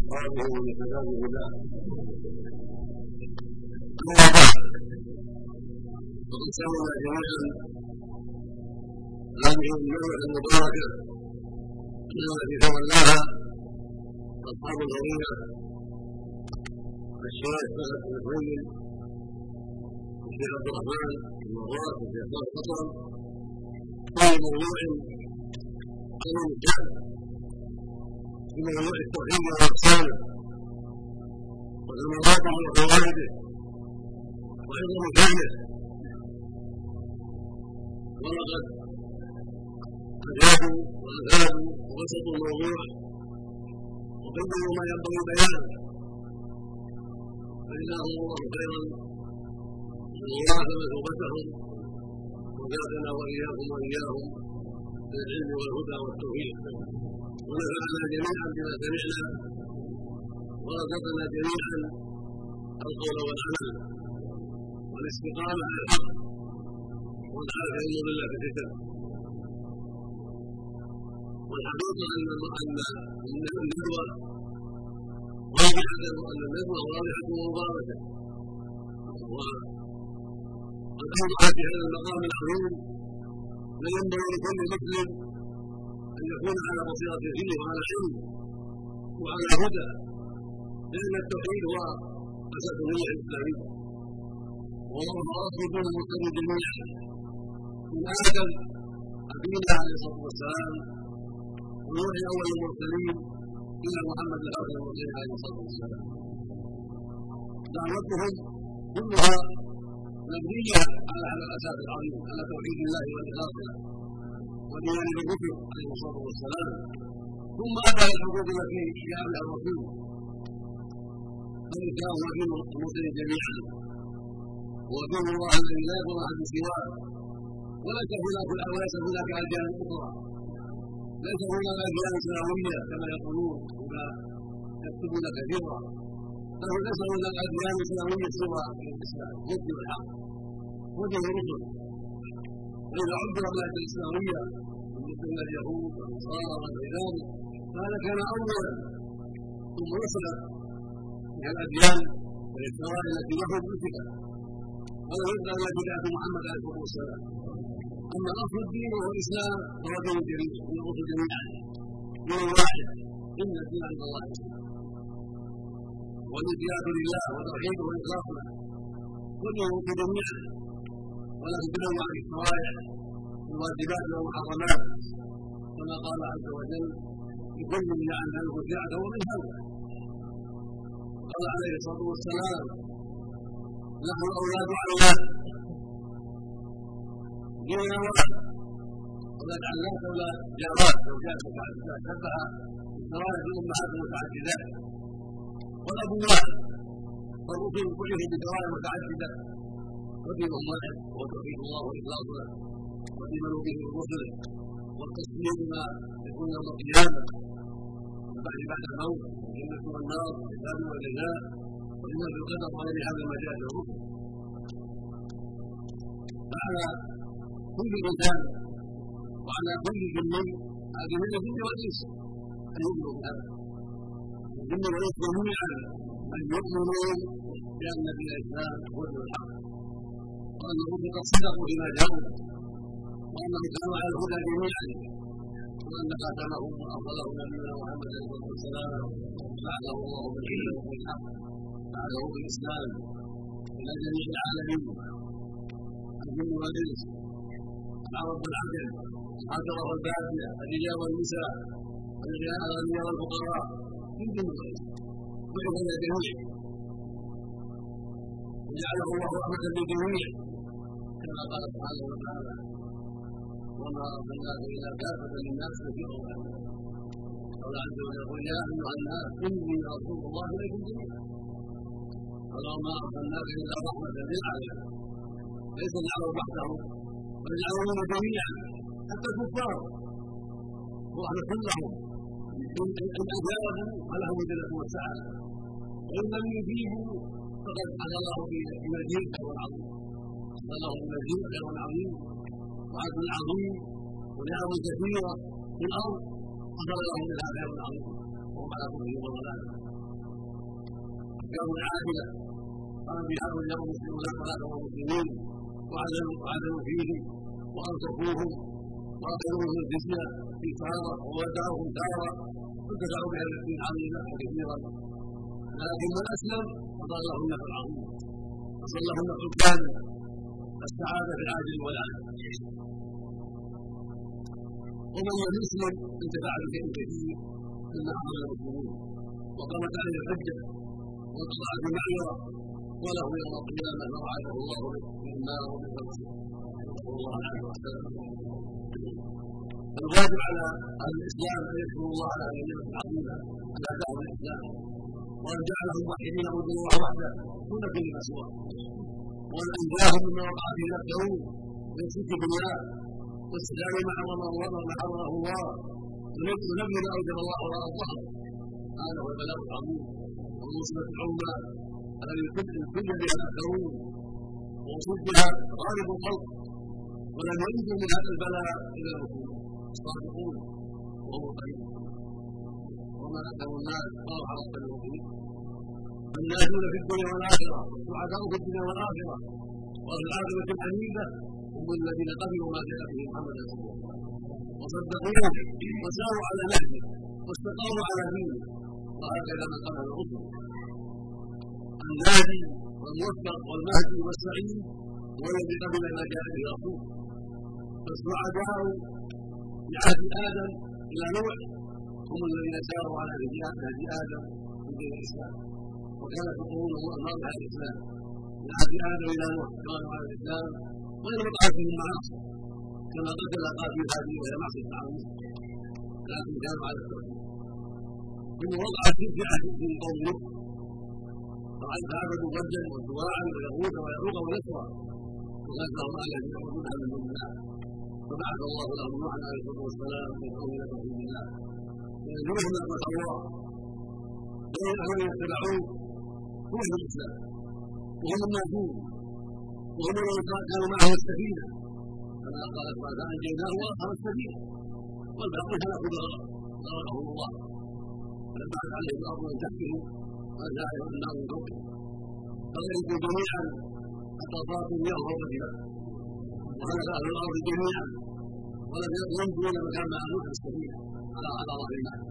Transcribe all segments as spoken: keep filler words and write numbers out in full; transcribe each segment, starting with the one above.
وهذه من كتاب الله. وقد سمعنا جميعا هذه النعمة المباركة التي تولاها أصحاب الفضيلة الشيخ فهد بن الطيب والشيخ عبد الرحمن بن مبارك والشيخ صالح الحصن في موضوع عظيم الشأن في موضوع التوحيد وأقسامه وثمراته وفوائده وعظم شأنه. ولقد أجابوا وأفادوا وبسطوا الموضوع وبينوا ما ينبغي بيانه، فجزاهم الله خيرا ووافق توبتهم وزادنا وإياكم وإياهم بالعلم والهدى والتوفيق، ونفعنا جميعا بما سمعنا ورزقنا جميعا القول والعمل والاستقامة على الحق والعافية من الله في الفتن. والحقيقة أن أن الندوة واضحة وأن الندوة واضحة ومباركة، وقد أوضحت في هذا المقام العظيم ما ينبغي لكل مسلم أن يكون على بصيرة فيه وعلى علم وعلى هدى، لأن التوحيد هو أساس الملة الإسلامية وهو أصل دين المسلمين جميعا من آدم أبينا عليه الصلاة والسلام ونوح أول المرسلين إلى محمد آخر المرسلين عليه الصلاة والسلام. دعوتهم كلها مبنية على هذا الأساس العظيم، على توحيد الله والإخلاص له والإيمان بالرسل عليه الصلاة والسلام، ثم أداء الحقوق التي يعملها الرسول فالإسلام هو دين المسلمين جميعا، ودين الله الذي لا يضر أحد سواه، وليس هناك وليس هناك أديان أخرى، ليس هناك أديان سماوية كما يقولون وما يكتبون كثيرا، بل ليس هناك أديان سماوية سوى الإسلام يتبع الحق ودين الرسل. وإذا عبر الآية الإسلامية مثل اليهود والنصارى وغير ذلك فهذا كان أولا، ثم وصل من الأديان والشرائع التي له بالفكرة ولا يبقى إلا بدعة محمد عليه الصلاة والسلام. أما أصل الدين وهو الإسلام فهو دين جميع من الرسل جميعا دين واحد، إن الدين عند الله الإسلام والانقياد لله وتوحيده والإخلاص له ودين الرسل جميعا، ولا تتنوع في الشرائع والواجبات والمحرمات كما قال عز وجل لكل جعلنا له شرعة ومنهجا. قال عليه الصلاة والسلام نحن أولاد أولاد ديننا واحد ولا جعلناك ولا جارات لو جاءت متعددات شبه الشرائع في أمهات متعددات، والأب واحد والرسل كلهم بشرائع متعددة ودين واحد هو توحيد الله والإخلاص له والإيمان به الرسل والتصديق بما يكون يوم القيامة وبعد بعد الموت والجنة والنار والحساب والجزاء والإيمان بالقدر وغير هذا المجال الرسل. فعلى كل إنسان وعلى كل جن هذه من الجن والإنس أن يؤمنوا بهذا، الجن والإنس جميعا أن يؤمنوا بأن الإسلام هو الحق، وأن الرسل قد صدقوا فيما جاءوا، وأنهم كانوا على الهدى جميعا، وأن خاتمهم وأفضلهم نبينا محمد عليه الصلاة والسلام بعثه الله بالعلم والحق بعثه بالإسلام إلى جميع العالمين الجن والإنس العرب والعجم الحضرة والبادية الرجال والنساء الأغنياء والفقراء في الجن والإنس بعث إلى جميع وجعله الله رحمة للجميع كما قال سبحانه وتعالى وما أرسلناك إلا كافة للناس بشيرا ونذيرا. قال عز وجل قل يا أيها الناس إني رسول الله إليكم جميعا، قال وما أرسلناك إلا رحمة للعالمين، ليس العرب وحدهم بل العالمين جميعا حتى الكفار ورحمة لهم إن أجابوا فلهم الجنة والسعادة، وإن لم يجيبوا فقد حل الله بمزيد خير عظيم، فله بمزيد خير عظيم وعدل عظيم ونعم كثيرة في الأرض حصل لهم من هذا العظيم وهم على كل يوم ضلال. يوم عادله قام بها اولياء المسلمون الصلاه والمسلمين وعدلوا فيه وارزقوهم واخذوا من الجزيه في تاره وودعوهم تاره وانتفعوا بها الدين عظيما وكثيرا. لكن من اسلم فصار له النفع العظيم وصار له النفع الكامل السعاده في العاجل والعاجل. ومن لم يسلم انتفع بشيء كثير مما عمل المسلمون وقامت عليه الحجه وانقطعت المعذره وله يوم القيامه ما وعده الله به النار ومن فضله صلى الله عليه وسلم. الواجب على اهل الاسلام ان يشكروا الله على هذه النعمه العظيمه ان اتاهم الاسلام وان جعلهم موحدين عبد الله وحده دون كل ما سواه وان انجاهم مما وقع فيه نفسهم من الشرك بالله واستدلال ما حرم الله وما حرمه الله ونبي ما اوجب الله وراء الظهر. هذا هو البلاء العظيم والمصيبه العظمى الذي ابتلي بها الاخرون وصد بها غالب الخلق ولم ينجو من هذا البلاء الا المسلمون الصادقون وهم قريب. وما اكثر الناس الله على رب المؤمنين الناجون في الدنيا والاخره والسعداء في الدنيا والاخره واهل العاقبه الحميده هم الذين قبلوا ما جاء به محمد صلى الله عليه وسلم وصدقوه وساروا على نهجه واستقاموا على دينه. وهكذا من قبل الرسل الناجي والموفق والمهدي والسعيد هو الذي قبل ما جاء به الرسول. فالسعداء لعهد ادم الى نوح هم الذين ساروا على نهج ادم من دين الاسلام وكانت القرون المؤمنه على الاسلام من عهد ادم الى نوح كانوا على الاسلام غير مقاتل معاصي كما قتل قاتل هذه وهي معصيه عظيمه لكن كانوا على التوحيد. ثم وقع الشرك في عهد في قوم نوح فعبدوا ودا وسواعا ويغوث ويعوق ونسرا وغير لهم الذين يعبدون من دون الله فبعث الله لهم نوحا عليه الصلاه والسلام من قوم توحيد الله وينزلهم نعمه الله غير ان يتبعوه هم الاسلام وهم الناجون وهم الذين كانوا معه السفينه كما قال تعالى انجيناه واخر السفينه والباقي هلكوا غرقهم الله فلبعث عليه الارض من تحته وجعله النار من فوقه فغرقوا جميعا حتى صارت المياه فوق الجبال وهلك اهل الارض جميعا ولم ينجوا الا مكان مع نوح السفينه على على ظهر الماء.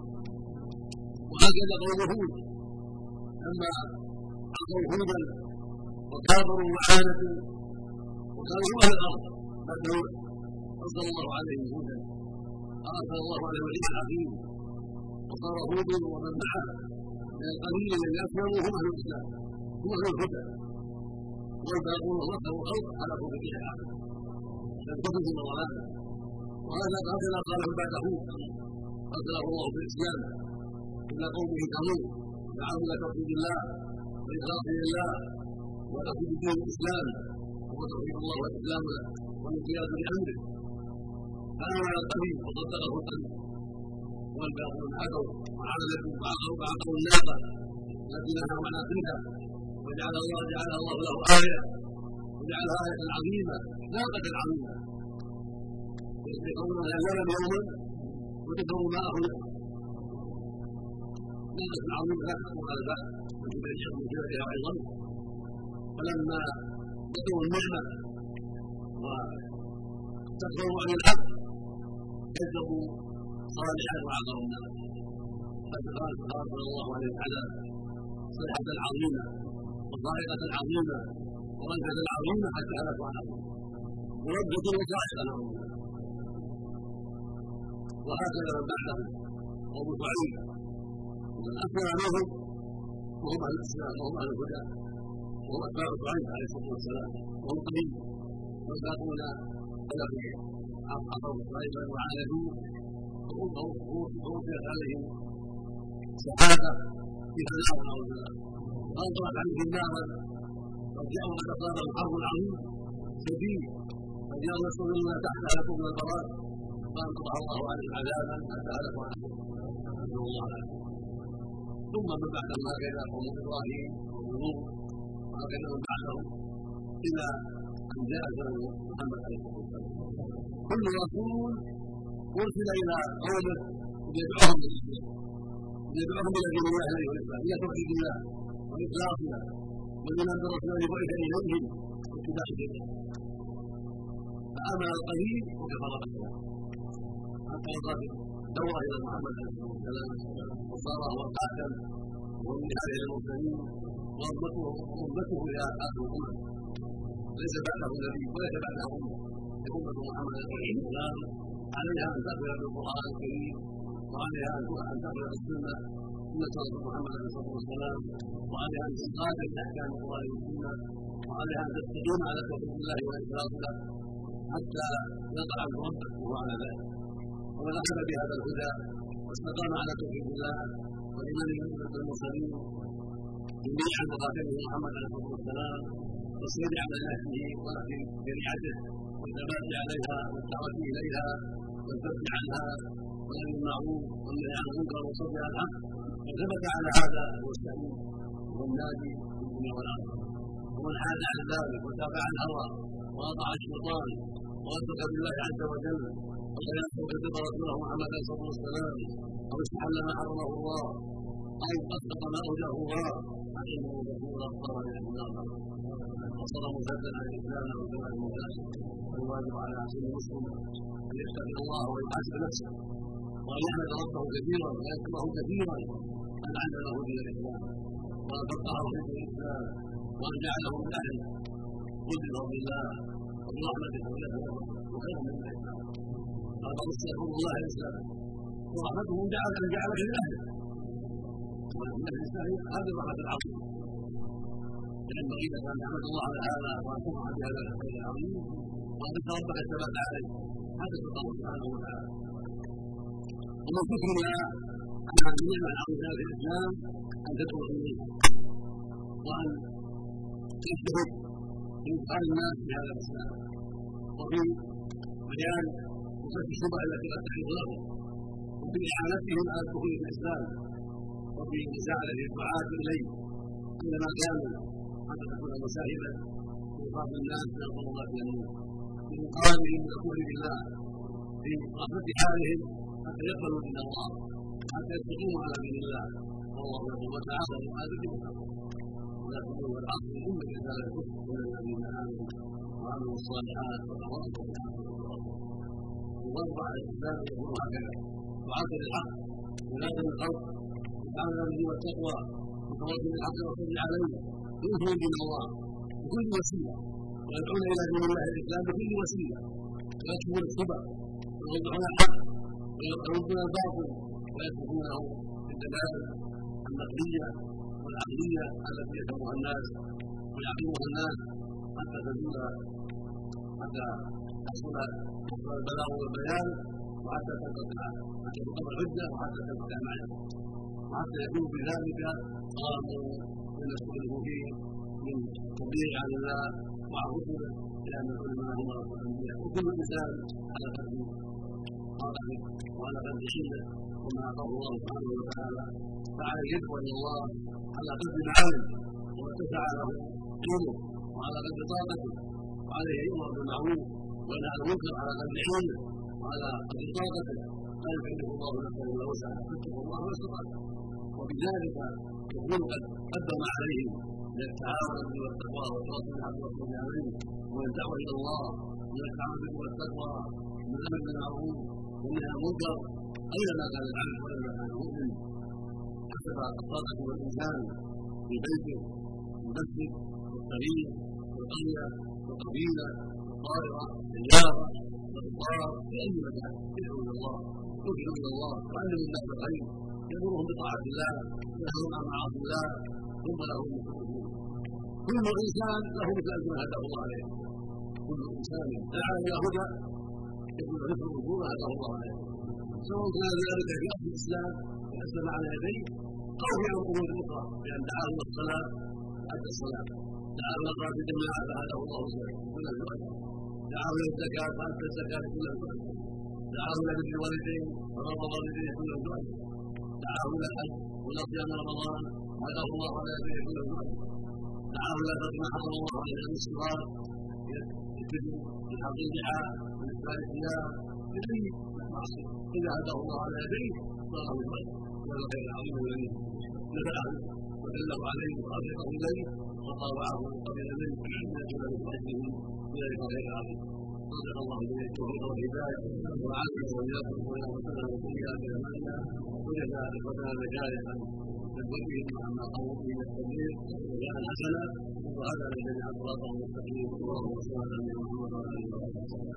وهكذا قوم هود لما عصوا هودا وكابروا وعاندوا وكانوا اهل الارض بعد نوح ارسل الله عليهم هودا ارسل الله عليهم الريح العظيم وصار هود ومن معه من القليل الذين اسلموا هم اهل الاسلام هم اهل الهدى والباقون مكروا الخلق هلكوا بالريح العظيم فانتبهوا من ضلاله. وهذا هكذا قال بعد هود ارسله الله في الاسلام الى قومه ثمود دعاهم الى توحيد الله والاخلاص لله ودخول دين الاسلام وهو توحيد الله والاسلام والانقياد لامره فامن القليل وصدقه القليل والباقون عدوا وعادوا وعقروا الناقه التي نهوا عن عقلها وجعل الله جعل الله له ايه وجعلها ايه عظيمه ناقه عظيمه يستيقظون اللبن يوما وتكروا ماءه ناقه عظيمه لا تحكم على الباب وتبين الشيخ من جبلها ايضا. فلما ذكروا النعمه واستكبروا عن الحق كذبوا صالحا وعقروا النار فقال صلى الله عليه وسلم صيحه عظيمه وصاعقه عظيمه ورجه عظيمه حتى هلكوا عنها ورجه وصاعقه عظيمه. وهكذا من بعدهم قوم سعيد من اسلم منهم وهم اهل الاسلام وهم اهل الهدى وهم اتباع سعيد عليه الصلاه والسلام وهم قليل والباقون هلكوا عقروا صعيدا وعاندوا ووقعت عليهم سحابه في فناء نعوذ بالله فانطلق عليهم نارا فرجعوا قد اصاب الحرب العظيم شديد فجاء نصر مما تحت هلكوا من البراء فانقطع الله عليهم عذابا حتى هلكوا عنه نسال الله العافيه. ثم من بعدهم هكذا قوم ابراهيم وقوم وهكذا من بعدهم الى ان جاء زمن محمد عليه الصلاه والسلام. كل رسول ارسل الى قومه ليدعوهم الى الاسلام ليدعوهم الى دين الله عليه والاسلام الى توحيد الله واخلاصها والايمان بالرسول بعث اليهم واتباع دينه. فامن القليل وكفر بالله حتى وصل دوره الى محمد عليه الصلاه والسلام وصار هو القاسم والنهايه الى المرسلين وامته امته الى اخر الامم ليس بعده نبي وليس بعده امه امه محمد عليه السلام عليها ان تقبل بالقران الكريم وعليها ان تقبل بالسنه سنه رسول محمد عليه الصلاه والسلام وعليها ان تنقاد باحكام القران والسنه وعليها ان تستقيم على توحيد الله واخلاص له حتى يقع ربه وهو على ذلك. ومن اخذ بهذا الهدى واستقام على توحيد الله والايمان بالمرسلين جميعا وخاتمه محمد عليه الصلاه والسلام والصيد على نهجه واخذ شريعته والثبات عليها والدعوه اليها والذب عنها والامر بالمعروف والنهي عن المنكر والصبر على الحق وثبت على هذا هو السعيد والناجي في الدنيا والاخره. ومن حاد عن ذلك وتابع الهوى واطاع الشيطان ووثق بالله عز وجل وكان يصدق رسوله محمد صلى الله عليه وسلم او استحل ما حرمه الله او اصدق ما اوجه الله فانه غفور غفار لله وصار مرتدا عن الاسلام وكما المجاز. والواجب على عزيز المسلم ان يتقي الله ويحاسب نفسه وان يحمد ربه كثيرا ويذكره كثيرا ان علمه دين الاسلام وان فقهه في الاسلام وان جعله من اهل قدر بالله وبرحمته وخير من الاسلام. قال استغفر الله الاسلام ورحمته جعل ان جعلك من اهله ومن الاسلام هذه الرحمه العظيمه. فينبغي لك ان تحمد الله على هذا وان تفرح بهذا الخير العظيم وان تذكر ربك الثبات عليه حتى تلقاه سبحانه وتعالى. ومن فكرنا ان النعمه العظيمه في الاسلام ان تدعو اليه وان تجتهد في ادخال الناس في هذا الاسلام وفي بيان وكشف الشبه التي قد تحيط لهم وفي اعانتهم على الدخول في الاسلام وفي مساعده الدعاة اليه كلما كانوا حتى تكون مساهمه في ايقاف الناس من الظلمات الى النور في مقامهم بالكفر بالله في رحمه حالهم حتى يقبلوا دين الله حتى يستقيموا على دين الله والله يقول وتعالى يقاتل بالتقوى ولكن هو العصر ثم الانسان يكفر من الذين امنوا وعملوا الصالحات وتواصوا بالحق ووضع الاسلام يقول هكذا وعدل الحق ولازم الخلق وتعالى به والتقوى وتواصل بالحق والصبر عليه ينصر دين الله بكل وسيله ويدعون الى دين الله الاسلام بكل وسيله ويكشفون الشبه ويوضحون الحق ويردون الباطل ويتركونه بالدلائل النقليه والعقليه التي يفهمها الناس ويعقلها الناس حتى تزول حتى تحصل البلاغ والبيان وحتى تنقطع حتى تقام الحجه وحتى تنقطع معه وحتى يكون بذلك قاموا من يستخدموا فيه من تبليغ عن الله مع رسله لان العلماء هم رسول الانبياء وكل انسان على قدر قدره وعلى قدر حيله وما اعطاه الله سبحانه وتعالى فعليه يدعو الى الله على قدر ما علم واتسع له علمه وعلى قدر طاقته وعليه يؤمر بالمعروف وينهى عن المنكر على قدر حيله وعلى قدر طاقته لا يكلف الله نفسا الا وسعها فاتقوا الله ما استطعتم وبذلك يكون قد قدم عليهم من التعاون والتقوى والتواصل بالحق والصبر عليه ومن الدعوه الى الله ومن التعاون والتقوى ومن الامر بالمعروف والنهي عن المنكر اينما كان العبد واينما كان المؤمن حسب الطاقه والانسان في بيته والمسجد والطريق والقريه والقبيله والطائره والسياره والاطار في اي مكان يدعو الى الله يدعو الى الله وعلم الناس الخير يامرهم بطاعه الله وينهاهم عن معاصي الله ثم له كل انسان له مثل اجر هداه الله عليه كل انسان دعا الى هدى يكون مثل اجور هداه الله عليه سواء كان ذلك في اصل الاسلام واسلم على يديه او في الامور الاخرى بان دعا الى الصلاه ادى الصلاه دعا الى القران بالجماعه فهداه الله كل ذلك دعا الى الزكاه فادى الزكاه كل ذلك دعا الى بر الوالدين فرض والديه كل ذلك دعا الى الحج ولا صيام رمضان هداه الله على يديه كل ذلك دعا الى ما حرم الله عليه من الصغار يتم بحق اللحى وإسبال الثياب بأي معصية إذا هداه الله على يديه صار له الخير وهذا الخير العظيم الذي نفعه ودله عليه وأرشده إليه وطاوعه وقبل منه أن يكون من فضله ذلك غير العظيم. صدق الله جل التوفيق والهدايه وعافنا واياكم ولا وسلم وسيئات اعمالنا وجزاء اخوتنا مشايخا بتوجيههم عما قاموا به من التبليغ وجزاء حسنا وهذا الذي صراطه المستقيم. اللهم صل على محمد وعلى اله وصحبه.